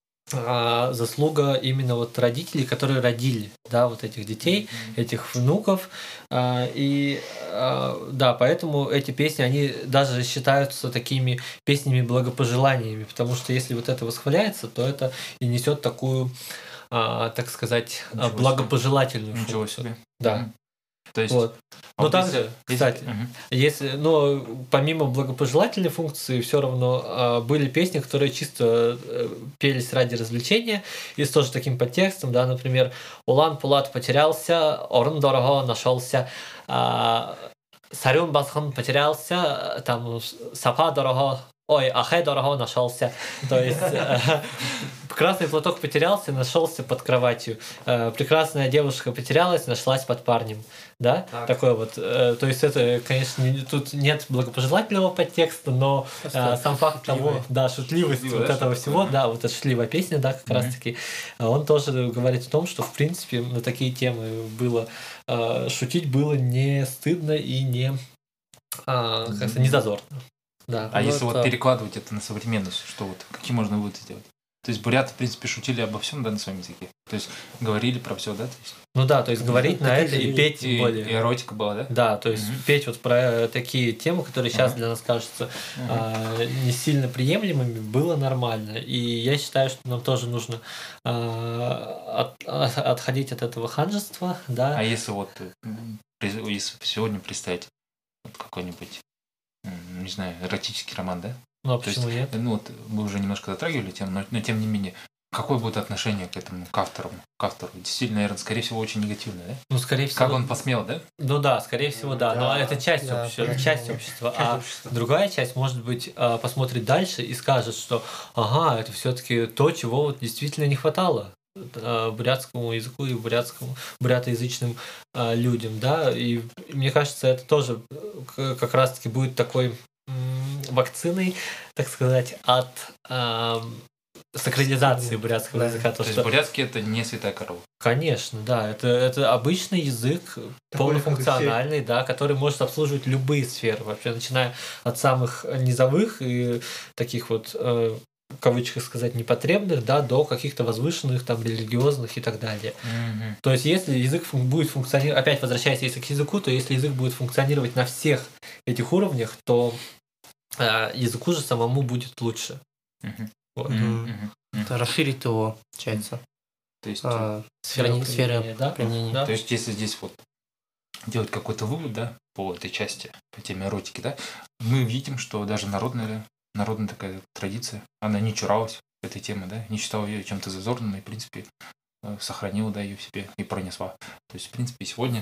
[SPEAKER 3] заслуга именно вот родителей, которые родили, да, вот этих детей, mm-hmm. этих внуков, и да, поэтому эти песни, они даже считаются такими песнями благопожеланиями, потому что если вот это восхваляется, то это и несет такую, так сказать, Ничего благопожелательную
[SPEAKER 1] себе. Ничего
[SPEAKER 3] функцию.
[SPEAKER 1] себе.
[SPEAKER 3] Да. Mm-hmm.
[SPEAKER 1] То есть,
[SPEAKER 3] вот.
[SPEAKER 1] а
[SPEAKER 3] Но
[SPEAKER 1] вот
[SPEAKER 3] также,
[SPEAKER 1] если,
[SPEAKER 3] кстати,
[SPEAKER 1] если,
[SPEAKER 3] если, но помимо благопожелательной функции, все равно э, были песни, которые чисто э, пелись ради развлечения, и с тоже таким подтекстом, да, например, Улан Пулат потерялся, Орын дорого нашелся, э, Сарюн Басхан потерялся, там Сапа дорого, ой, Ахэ дорого нашелся, то есть э, красный платок потерялся, нашелся под кроватью, э, прекрасная девушка потерялась, нашлась под парнем. Да, так. Такой вот, э, то есть это, конечно, не, тут нет благопожелательного подтекста, но э, сам факт шутливый. того, да, шутливость Шутливая, вот этого всего, такое. Да, вот эта шутливая песня, да, как mm-hmm. раз таки, он тоже говорит о том, что, в принципе, на такие темы было, э, шутить было не стыдно и не, э, как mm-hmm. не зазорно. Да.
[SPEAKER 1] А
[SPEAKER 3] ну,
[SPEAKER 1] если
[SPEAKER 3] это...
[SPEAKER 1] вот перекладывать это на современность, что вот, какие можно выводы сделать? То есть буряты, в принципе, шутили обо всем, да, на своем языке. То есть говорили про все, да? То есть...
[SPEAKER 3] Ну да, то есть говорить на это и петь
[SPEAKER 1] и,
[SPEAKER 3] более.
[SPEAKER 1] И эротика была, да?
[SPEAKER 3] Да, то есть
[SPEAKER 1] mm-hmm.
[SPEAKER 3] петь вот про такие темы, которые сейчас mm-hmm. для нас кажутся mm-hmm. а, не сильно приемлемыми, было нормально. И я считаю, что нам тоже нужно а, от, отходить от этого ханжества, да.
[SPEAKER 1] А если вот если сегодня представить вот какой-нибудь, не знаю, эротический роман, да?
[SPEAKER 3] Ну, а
[SPEAKER 1] То
[SPEAKER 3] почему
[SPEAKER 1] есть,
[SPEAKER 3] нет?
[SPEAKER 1] Ну, вот мы уже немножко затрагивали тему, но, но тем не менее, какое будет отношение к этому, к автору? К автору? Действительно, наверное, скорее всего, очень негативное, да?
[SPEAKER 3] Ну, скорее всего.
[SPEAKER 1] Как он посмел, да?
[SPEAKER 3] Ну да, скорее всего, да.
[SPEAKER 4] Да.
[SPEAKER 3] Но это часть
[SPEAKER 2] Да,
[SPEAKER 3] общества,
[SPEAKER 2] да.
[SPEAKER 3] часть общества.
[SPEAKER 4] Часть
[SPEAKER 3] А
[SPEAKER 4] общества.
[SPEAKER 3] другая часть, может быть, посмотрит дальше и скажет, что ага, это все-таки то, чего вот действительно не хватало бурятскому языку и бурятскому, бурятоязычным э, людям, да, и мне кажется, это тоже как раз-таки будет такой м- вакциной, так сказать, от э, сакрализации бурятского
[SPEAKER 2] Да.
[SPEAKER 3] языка. То,
[SPEAKER 1] То
[SPEAKER 3] что...
[SPEAKER 1] есть бурятский это не святая корова.
[SPEAKER 3] Конечно, да, это, это обычный язык, полнофункциональный, да, который может обслуживать любые сферы, вообще, начиная от самых низовых и таких вот э, в кавычках сказать, непотребных, да, до каких-то возвышенных, там, религиозных и так далее.
[SPEAKER 1] Mm-hmm.
[SPEAKER 3] То есть, если язык фун- будет функционировать, опять возвращаясь если к языку, то если язык будет функционировать на всех этих уровнях, то э, языку же самому будет лучше.
[SPEAKER 1] Mm-hmm.
[SPEAKER 3] Вот.
[SPEAKER 1] Mm-hmm. Mm-hmm.
[SPEAKER 2] Это расширить его, получается.
[SPEAKER 1] То есть,
[SPEAKER 2] А, сфера,
[SPEAKER 3] Сфера
[SPEAKER 2] сфера
[SPEAKER 3] применения, да?
[SPEAKER 2] применения.
[SPEAKER 3] Да.
[SPEAKER 1] то есть, если здесь вот делать какой-то вывод, да, по этой части, по теме эротики, да, мы видим, что даже народная, народная такая традиция, она не чуралась этой темы, да, не считала ее чем-то зазорным, и, в принципе, сохранила, да, ее в себе и пронесла. То есть, в принципе, сегодня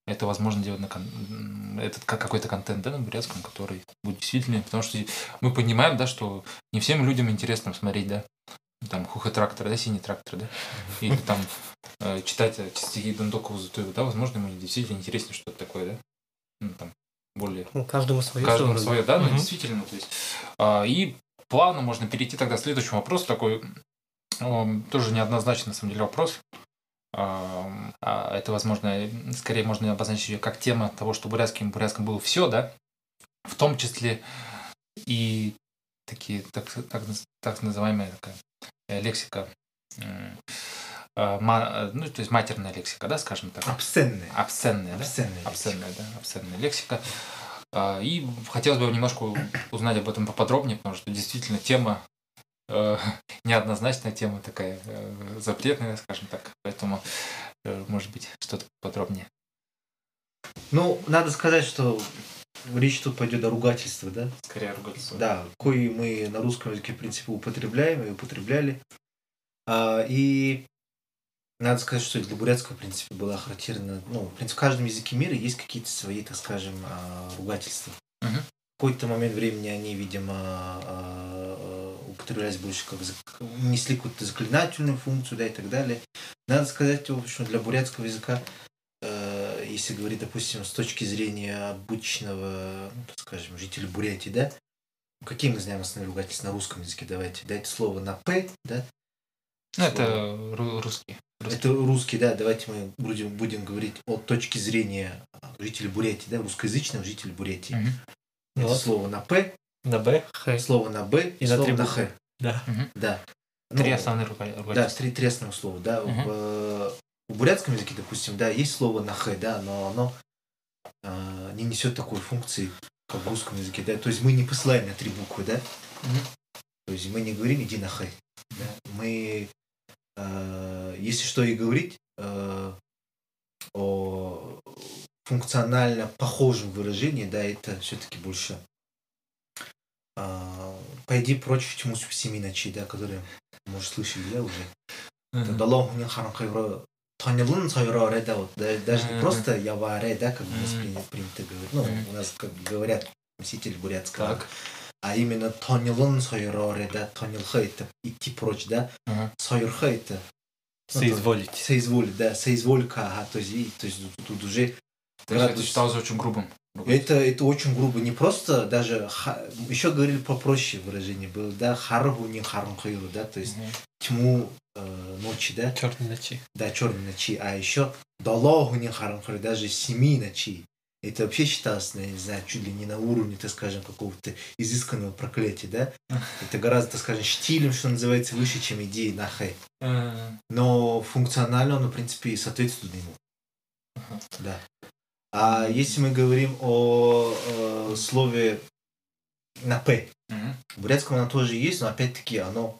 [SPEAKER 1] это возможно делать на кон... этот как какой-то контент, да, на бурятском, который будет действительно, потому что мы понимаем, да, что не всем людям интересно смотреть, да, там Хуха трактор, да, синий трактор, да, или там э, читать стихи Дондокова Зутоева, да, возможно, ему действительно интересно что-то такое, да, ну, там более
[SPEAKER 2] Ну, каждому свое.
[SPEAKER 1] каждому
[SPEAKER 2] вроде.
[SPEAKER 1] свое, да, ну
[SPEAKER 2] Мгм.
[SPEAKER 1] действительно, то есть а, и плавно можно перейти тогда к следующему вопросу, такой м, тоже неоднозначный на самом деле вопрос. А, а это, возможно, скорее можно обозначить ее как тема того, что бурятским бурятском было все, да, в том числе и такие так, так, так называемая такая э, лексика, м, а, ма- ну, то есть матерная лексика, да, скажем так,
[SPEAKER 4] Обсценные.
[SPEAKER 1] обсценная, да,
[SPEAKER 4] Обсценная.
[SPEAKER 1] обсценная, да, обсценная лексика. А, И хотелось бы немножко узнать об этом поподробнее, потому что действительно тема э, неоднозначная, тема такая э, запретная, скажем так. Поэтому, э, может быть, что-то подробнее.
[SPEAKER 4] Ну, надо сказать, что речь тут пойдет о ругательстве, да?
[SPEAKER 1] Скорее ругательство.
[SPEAKER 4] Да, кои мы на русском языке, в принципе, употребляем и употребляли. А, и надо сказать, что для бурятского, в принципе, была характерна... Ну, в принципе, в каждом языке мира есть какие-то свои, так скажем, а, ругательства.
[SPEAKER 1] Мгм.
[SPEAKER 4] В какой-то момент времени они, видимо, а, а, употреблялись больше как... зак- несли какую-то заклинательную функцию, да, и так далее. Надо сказать, в общем, для бурятского языка, э, если говорить, допустим, с точки зрения обычного, ну, так скажем, жителя Бурятии, да, какие мы знаем основные ругательства на русском языке? Давайте. Дайте слово на «п», да?
[SPEAKER 1] Ну,
[SPEAKER 4] Слово.
[SPEAKER 1] это ру- русский. русский.
[SPEAKER 4] Это русский, да. Давайте мы будем, будем говорить от точки зрения жителей Бурятии, да, русскоязычного жителя Бурятии.
[SPEAKER 1] Мгм.
[SPEAKER 4] Это
[SPEAKER 3] Вот.
[SPEAKER 4] слово на «п»,
[SPEAKER 3] На Б.
[SPEAKER 2] Х.
[SPEAKER 4] слово на «б» и,
[SPEAKER 3] И на
[SPEAKER 4] слово
[SPEAKER 3] три
[SPEAKER 4] на
[SPEAKER 3] буквы.
[SPEAKER 4] «х».
[SPEAKER 3] Да.
[SPEAKER 1] Мгм.
[SPEAKER 4] Да.
[SPEAKER 1] Три
[SPEAKER 4] Ну,
[SPEAKER 1] основные руга-
[SPEAKER 4] Да,
[SPEAKER 1] ругательства.
[SPEAKER 4] три, три основных слова, да.
[SPEAKER 1] Мгм.
[SPEAKER 4] В, в бурятском языке, допустим, да, есть слово на «х», да, но оно а, не несет такой функции, как в русском языке, да. То есть мы не посылаем на три буквы, да.
[SPEAKER 1] Мгм.
[SPEAKER 4] То есть мы не говорим «иди на «х». Да? Мы, э, если что и говорить э, о функционально похожем выражении, да, это все-таки больше э, «пойди прочь тьму семи ночей», да, которые, может, слышали, да, уже. Это
[SPEAKER 1] Мгм.
[SPEAKER 4] «даллаху мин харам хайра танилун сайра», да, вот, да, даже не
[SPEAKER 1] Мгм.
[SPEAKER 4] просто «яваре», да, как у нас
[SPEAKER 1] Мгм.
[SPEAKER 4] принято, принято говорить, ну,
[SPEAKER 1] Мгм.
[SPEAKER 4] у нас, как говорят носители бурятского,
[SPEAKER 1] Так.
[SPEAKER 4] а именно «танилун сайра», да, «танилха» это идти прочь, да,
[SPEAKER 1] Ага.
[SPEAKER 4] «сайрха» это
[SPEAKER 3] Соизволить.
[SPEAKER 4] соизволить, да, соизволька, ага, то есть, и, то есть тут, тут уже
[SPEAKER 1] То есть это
[SPEAKER 4] градус-
[SPEAKER 1] считалось очень грубым.
[SPEAKER 4] это, это очень грубо, не просто даже, ха- еще говорили попроще выражение было, да, харгу не хармхайру, да, то есть
[SPEAKER 1] Мгм.
[SPEAKER 4] тьму э, ночи, да,
[SPEAKER 3] Черной ночи.
[SPEAKER 4] да, черной ночи, а еще даллаху не хармхайру, даже семи ночей. Это вообще считалось, я не знаю, чуть ли не на уровне, так скажем, какого-то изысканного проклятия, да. Это гораздо, так скажем, штилем, что называется, выше, чем идея на хэ.
[SPEAKER 1] Э,
[SPEAKER 4] Но функционально он, в принципе, соответствует ему.
[SPEAKER 1] Ага.
[SPEAKER 4] Да. А если мы говорим о, э, слове на «п»,
[SPEAKER 1] мгм.
[SPEAKER 4] в бурятском оно тоже есть, но опять-таки оно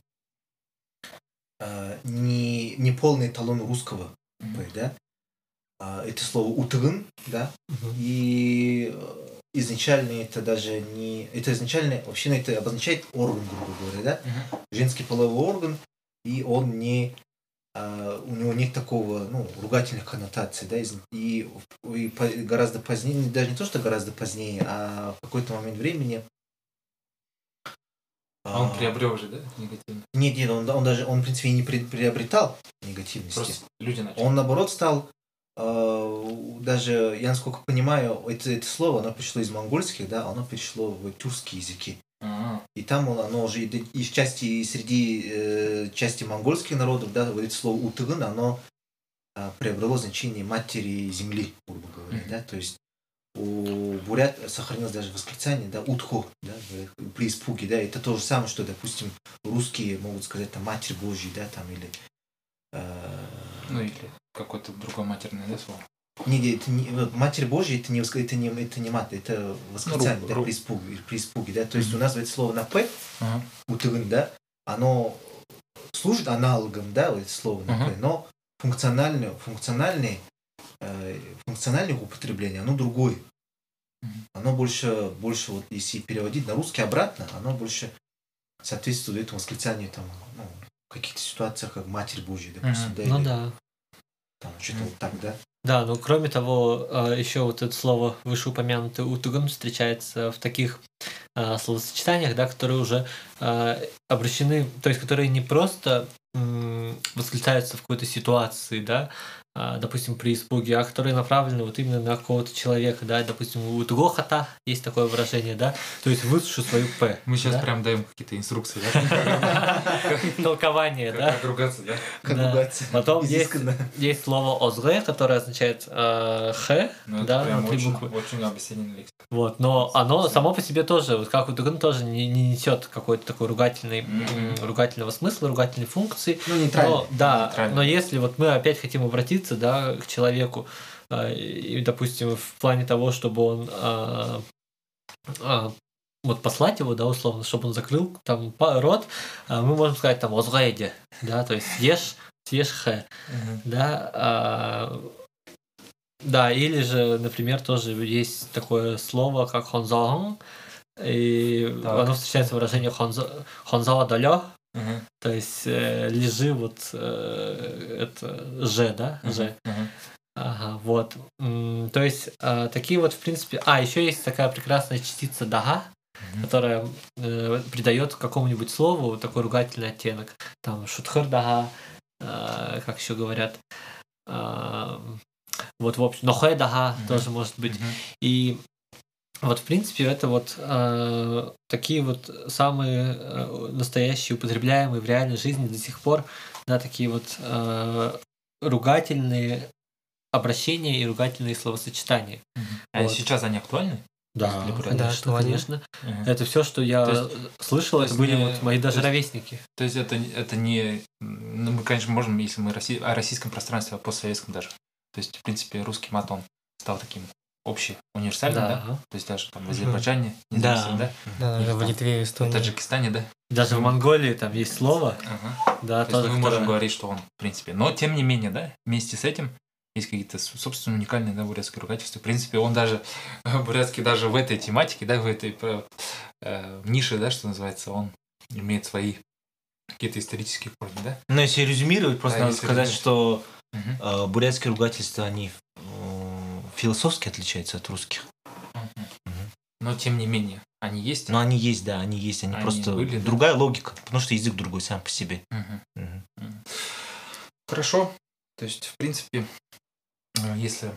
[SPEAKER 4] э, не, не полный эталон русского
[SPEAKER 1] Мгм.
[SPEAKER 4] «п», да. А, это слово «утгын», да, и э, изначально это даже не... Это изначально, вообще, ну, это обозначает орган, грубо говоря, да,
[SPEAKER 1] Мгм.
[SPEAKER 4] женский половой орган, и он не... а, у него нет такого, ну, ругательных коннотаций, да, из- и, и по- гораздо позднее, даже не то, что гораздо позднее, а в какой-то момент времени...
[SPEAKER 1] А он
[SPEAKER 4] а,
[SPEAKER 1] приобрел уже, да, негативно?
[SPEAKER 4] Нет, нет, он, он даже, он, в принципе, и не при- приобретал негативности.
[SPEAKER 1] Просто люди начали.
[SPEAKER 4] Он, наоборот, стал, э, даже, я насколько понимаю, это, это слово, оно пришло из монгольских, да, оно перешло в тюркские языки.
[SPEAKER 1] А,
[SPEAKER 4] И там он- оно уже и, и в части, и среди э, части монгольских народов, да, вот это слово «утыгын», оно а, приобрело значение матери земли, грубо говоря,
[SPEAKER 1] Мгм.
[SPEAKER 4] да, то есть у бурят сохранилось даже восклицание, да, «утху», да, при испуге, да, это то же самое, что, допустим, русские могут сказать, там, «матерь Божья», да, там, или... э,
[SPEAKER 1] ну или какое-то другое матерное, да, слово?
[SPEAKER 4] Не, не, это не, вот Матерь Божья, это не, воск- это не, это не мат, это восклицание,
[SPEAKER 1] ру-
[SPEAKER 4] да,
[SPEAKER 1] ру-
[SPEAKER 4] при испуге, при испуге, да, то есть
[SPEAKER 1] Мгм.
[SPEAKER 4] у нас это слово на «п»,
[SPEAKER 1] Ага.
[SPEAKER 4] «утыгын», да, оно служит аналогом, да, вот это слово на «п»,
[SPEAKER 1] Мгм.
[SPEAKER 4] но функциональное, функциональное, э, функциональное употребление, оно другое.
[SPEAKER 1] Мгм.
[SPEAKER 4] Оно больше, больше, вот если переводить на русский обратно, оно больше соответствует этому восклицанию, там, ну, в каких-то ситуациях, как Матерь Божья, допустим,
[SPEAKER 1] Мгм.
[SPEAKER 4] да,
[SPEAKER 3] Ну
[SPEAKER 4] или
[SPEAKER 3] да.
[SPEAKER 4] там что-то
[SPEAKER 1] Мгм.
[SPEAKER 4] вот так, да.
[SPEAKER 3] Да, ну кроме того, еще вот это слово вышеупомянутое утуган встречается в таких э, словосочетаниях, да, которые уже э, обращены, то есть которые не просто м, восклицаются в какой-то ситуации, да, а, допустим, при испуге, а которые направлены вот именно на какого-то человека, да, допустим, у утугохата есть такое выражение, да, то есть высшую свою п.
[SPEAKER 1] Мы сейчас
[SPEAKER 3] да?
[SPEAKER 1] прям даем какие-то инструкции, да?
[SPEAKER 3] Толкование, да.
[SPEAKER 1] Как ругаться, да?
[SPEAKER 4] Как
[SPEAKER 3] Да.
[SPEAKER 4] ругаться.
[SPEAKER 3] Потом есть,
[SPEAKER 4] Изысканно.
[SPEAKER 3] есть слово озгэ, которое означает э, х,
[SPEAKER 1] Ну, это
[SPEAKER 3] да,
[SPEAKER 1] прям
[SPEAKER 3] внутри
[SPEAKER 1] очень,
[SPEAKER 3] буквы.
[SPEAKER 1] очень обесцененный лексик.
[SPEAKER 3] Вот, но оно само по себе тоже, вот как утуган тоже не, не несет какой-то такой ругательный,
[SPEAKER 1] Мгм.
[SPEAKER 3] м, ругательного смысла, ругательной функции.
[SPEAKER 4] Ну, нейтрально.
[SPEAKER 3] Но, да,
[SPEAKER 1] Нейтрально.
[SPEAKER 3] но если вот мы опять хотим обратиться, да, к человеку, э, и, допустим, в плане того, чтобы он э, э, вот послать его, да, условно, чтобы он закрыл там па- рот, э, мы можем сказать там озгайде, да, то есть съешь, съешь хэ, да, а, да, или же, например, тоже есть такое слово, как хонзоон, и
[SPEAKER 1] Так.
[SPEAKER 3] оно встречается в выражении хонзо хонзо далё,
[SPEAKER 1] Мгм.
[SPEAKER 3] то есть э, лежи вот э, это ж, да, ж.
[SPEAKER 1] Мгм.
[SPEAKER 3] Ага, вот. М, То есть э, такие вот, в принципе. А, еще есть такая прекрасная частица дага,
[SPEAKER 1] Мгм.
[SPEAKER 3] которая э, придает какому-нибудь слову такой ругательный оттенок. Там шутхыр дага, э, как еще говорят. Э, вот, в общем, нохэ дага
[SPEAKER 1] Мгм.
[SPEAKER 3] тоже может быть.
[SPEAKER 1] Мгм.
[SPEAKER 3] И вот, в принципе, это вот э, такие вот самые э, настоящие, употребляемые в реальной жизни до сих пор, да, такие вот э, ругательные обращения и ругательные словосочетания.
[SPEAKER 1] Мгм. А
[SPEAKER 3] Вот.
[SPEAKER 1] сейчас они актуальны?
[SPEAKER 3] Да,
[SPEAKER 1] Или про-
[SPEAKER 2] да,
[SPEAKER 3] конечно,
[SPEAKER 2] актуально.
[SPEAKER 3] конечно.
[SPEAKER 1] Мгм.
[SPEAKER 3] Это все, что я
[SPEAKER 1] То есть-
[SPEAKER 3] слышал,
[SPEAKER 1] то
[SPEAKER 3] это
[SPEAKER 1] есть
[SPEAKER 3] были
[SPEAKER 1] не-
[SPEAKER 3] вот мои даже
[SPEAKER 1] то есть-
[SPEAKER 3] ровесники.
[SPEAKER 1] То есть это, это не... Ну, мы, конечно, можем, если мы Росси- о российском пространстве, о постсоветском даже. То есть, в принципе, русский мат, он стал таким общий, универсальным, да?
[SPEAKER 3] Да.
[SPEAKER 1] То есть даже там в
[SPEAKER 3] Мгм.
[SPEAKER 1] Азербайджане,
[SPEAKER 4] Да.
[SPEAKER 1] независимо, да?
[SPEAKER 2] Да, даже в
[SPEAKER 1] Там,
[SPEAKER 2] Литве и
[SPEAKER 1] В
[SPEAKER 2] Эстонии.
[SPEAKER 1] Таджикистане, да?
[SPEAKER 3] Даже в Монголии там есть слово,
[SPEAKER 1] Ага.
[SPEAKER 3] да,
[SPEAKER 1] То есть
[SPEAKER 3] тоже,
[SPEAKER 1] мы можем
[SPEAKER 3] которое-
[SPEAKER 1] говорить, что он, в принципе. Но, тем не менее, да, вместе с этим есть какие-то с- собственно уникальные, да, бурятские ругательства. В принципе, он даже, бурятский даже в этой тематике, да, в этой э, э, нише, да, что называется, он имеет свои какие-то исторические корни, да?
[SPEAKER 4] Но если резюмировать, просто
[SPEAKER 1] Да,
[SPEAKER 4] надо
[SPEAKER 1] если
[SPEAKER 4] сказать,
[SPEAKER 1] резюмировать.
[SPEAKER 4] что
[SPEAKER 1] Мгм.
[SPEAKER 4] э, бурятские ругательства, они э, философски отличаются от русских.
[SPEAKER 1] Мгм.
[SPEAKER 4] Мгм.
[SPEAKER 1] Но, тем не менее, они есть.
[SPEAKER 4] Но они есть, да, они есть, они,
[SPEAKER 1] Они
[SPEAKER 4] просто
[SPEAKER 1] были, да.
[SPEAKER 4] другая логика, потому что язык другой сам по себе.
[SPEAKER 1] Мгм.
[SPEAKER 4] Мгм.
[SPEAKER 1] Хорошо. То есть, в принципе, э, если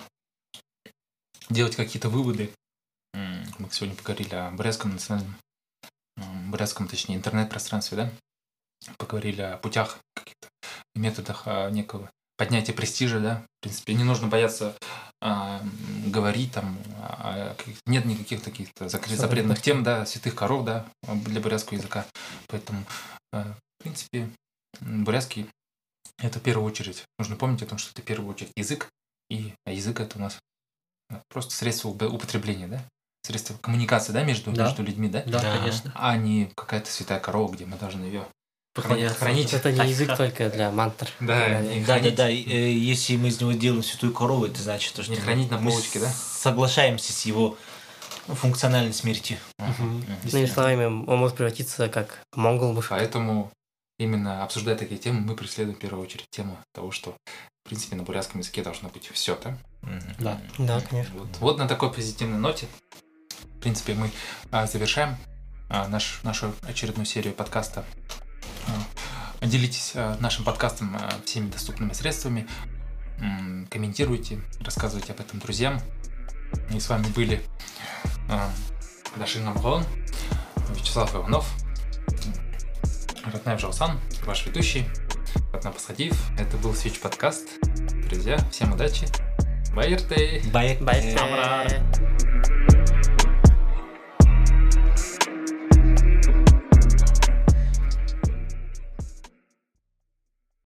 [SPEAKER 1] делать какие-то выводы, м, мы сегодня поговорили о бурятском национальном, м, бурятском, точнее, интернет-пространстве, да? Поговорили о путях, каких-то методах а, некого поднятия престижа, да? В принципе, не нужно бояться а, м, говорить там, а, каких- нет никаких таких закрытых запретных тем, да, святых коров, да, для бурятского языка. Поэтому, э, в принципе, м, бурятский это в первую очередь. Нужно помнить о том, что это в первую очередь язык, и а язык это у нас э, просто средство упо- употребления, да? Средство коммуникации, да, между,
[SPEAKER 3] Да.
[SPEAKER 1] между людьми, да?
[SPEAKER 3] Да,
[SPEAKER 4] Да.
[SPEAKER 3] конечно.
[SPEAKER 1] А не какая-то святая корова, где мы должны ее
[SPEAKER 3] Поклоняться.
[SPEAKER 1] хранить.
[SPEAKER 2] Это не язык только для мантр.
[SPEAKER 1] Да,
[SPEAKER 2] Для-
[SPEAKER 1] не
[SPEAKER 4] Да, да,
[SPEAKER 1] хранить.
[SPEAKER 4] да. и, э, если мы из него делаем святую корову, это значит, что
[SPEAKER 1] Не хранить на
[SPEAKER 4] мы
[SPEAKER 1] полочке, да?
[SPEAKER 4] соглашаемся с его функциональной смертью.
[SPEAKER 3] Мгм.
[SPEAKER 1] Мгм.
[SPEAKER 2] Иными словами, он может превратиться как монгол бушат.
[SPEAKER 1] Поэтому именно обсуждая такие темы, мы преследуем в первую очередь тему того, что, в принципе, на бурятском языке должно быть все, да?
[SPEAKER 4] Мгм.
[SPEAKER 3] Да.
[SPEAKER 2] Да, конечно.
[SPEAKER 1] Вот, вот на такой позитивной ноте, в принципе, мы а, завершаем а, наш, нашу очередную серию подкаста. А, делитесь а, нашим подкастом а, всеми доступными средствами, м, комментируйте, рассказывайте об этом друзьям. И с вами были а, Дашин Намхон, Вячеслав Иванов, Ратнаев Жаусан, ваш ведущий, Ратнап Асхадиев. Это был Switch подкаст. Друзья, всем удачи. Байерты!
[SPEAKER 4] Бай-
[SPEAKER 2] Бай.
[SPEAKER 4] э,
[SPEAKER 2] Э,